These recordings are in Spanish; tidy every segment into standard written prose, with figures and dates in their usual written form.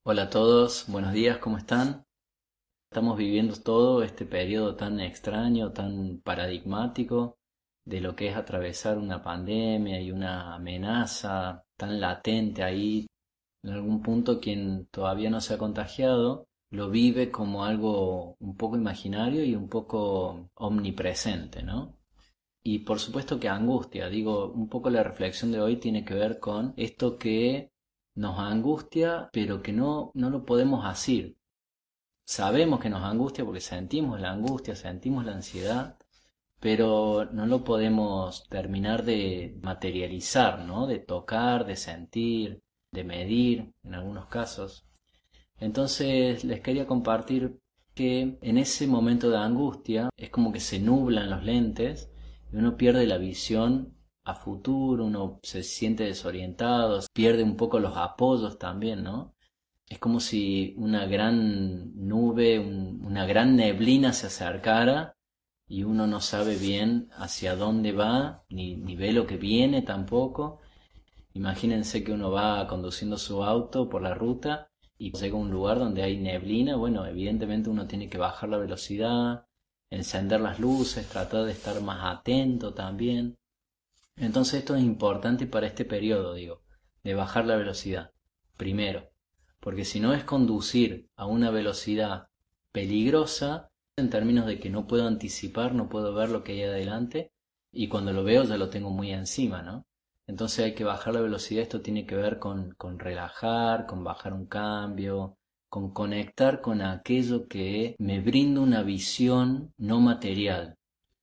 Hola a todos, buenos días, ¿cómo están? Estamos viviendo todo este periodo tan extraño, tan paradigmático de lo que es atravesar una pandemia y una amenaza tan latente ahí. En algún punto quien todavía no se ha contagiado lo vive como algo un poco imaginario y un poco omnipresente, ¿no? Y por supuesto que angustia, digo, un poco la reflexión de hoy tiene que ver con esto que nos angustia, pero que no lo podemos asir. Sabemos que nos angustia porque sentimos la angustia, sentimos la ansiedad, pero no lo podemos terminar de materializar, ¿no? De tocar, de sentir, de medir en algunos casos. Entonces les quería compartir que en ese momento de angustia es como que se nublan los lentes y uno pierde la visión a futuro, uno se siente desorientado, pierde un poco los apoyos también, ¿no? Es como si una gran nube, una gran neblina se acercara y uno no sabe bien hacia dónde va, ni ve lo que viene tampoco. Imagínense que uno va conduciendo su auto por la ruta y llega a un lugar donde hay neblina. Bueno, evidentemente uno tiene que bajar la velocidad, encender las luces, tratar de estar más atento también. Entonces esto es importante para este periodo, digo, de bajar la velocidad. Primero, porque si no es conducir a una velocidad peligrosa, en términos de que no puedo anticipar, no puedo ver lo que hay adelante, y cuando lo veo ya lo tengo muy encima, ¿no? Entonces hay que bajar la velocidad, esto tiene que ver con relajar, con bajar un cambio, con conectar con aquello que me brinda una visión no material.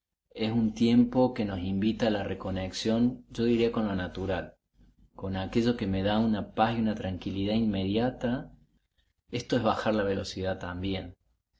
Es un tiempo que nos invita a la reconexión, yo diría con lo natural, con aquello que me da una paz y una tranquilidad inmediata. Esto es bajar la velocidad también.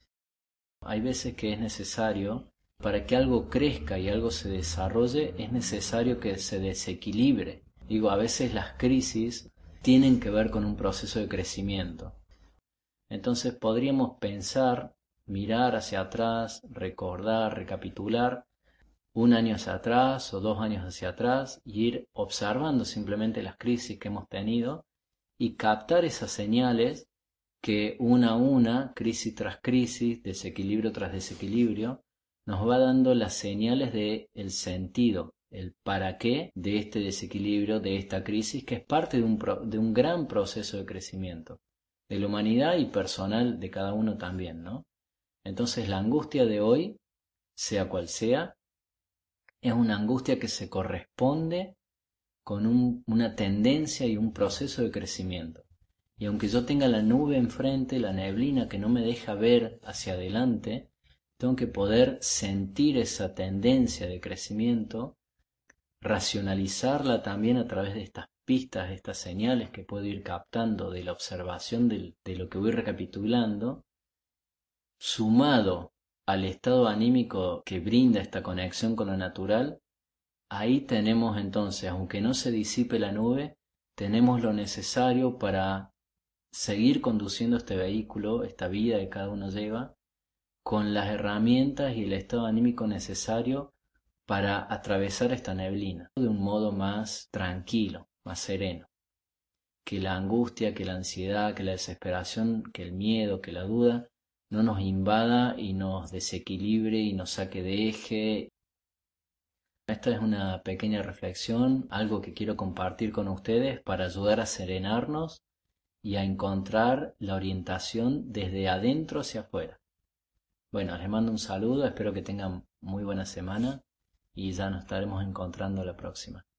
Hay veces que es necesario, para que algo crezca y algo se desarrolle, es necesario que se desequilibre. Digo, a veces las crisis tienen que ver con un proceso de crecimiento. Entonces podríamos pensar, mirar hacia atrás, recordar, recapitular un año hacia atrás o 2 años hacia atrás y ir observando simplemente las crisis que hemos tenido y captar esas señales que una a una, crisis tras crisis, desequilibrio tras desequilibrio, nos va dando las señales de el sentido, el para qué de este desequilibrio, de esta crisis, que es parte de un gran proceso de crecimiento, de la humanidad y personal de cada uno también, ¿no? Entonces la angustia de hoy, sea cual sea, es una angustia que se corresponde con una tendencia y un proceso de crecimiento. Y aunque yo tenga la nube enfrente, la neblina que no me deja ver hacia adelante, tengo que poder sentir esa tendencia de crecimiento, racionalizarla también a través de estas pistas, estas señales que puedo ir captando de la observación de lo que voy recapitulando, sumado al estado anímico que brinda esta conexión con lo natural. Ahí tenemos entonces, aunque no se disipe la nube, tenemos lo necesario para seguir conduciendo este vehículo, esta vida que cada uno lleva, con las herramientas y el estado anímico necesario para atravesar esta neblina de un modo más tranquilo, más sereno. Que la angustia, que la ansiedad, que la desesperación, que el miedo, que la duda no nos invada y nos desequilibre y nos saque de eje. Esta es una pequeña reflexión, algo que quiero compartir con ustedes para ayudar a serenarnos y a encontrar la orientación desde adentro hacia afuera. Bueno, les mando un saludo, espero que tengan muy buena semana y ya nos estaremos encontrando la próxima.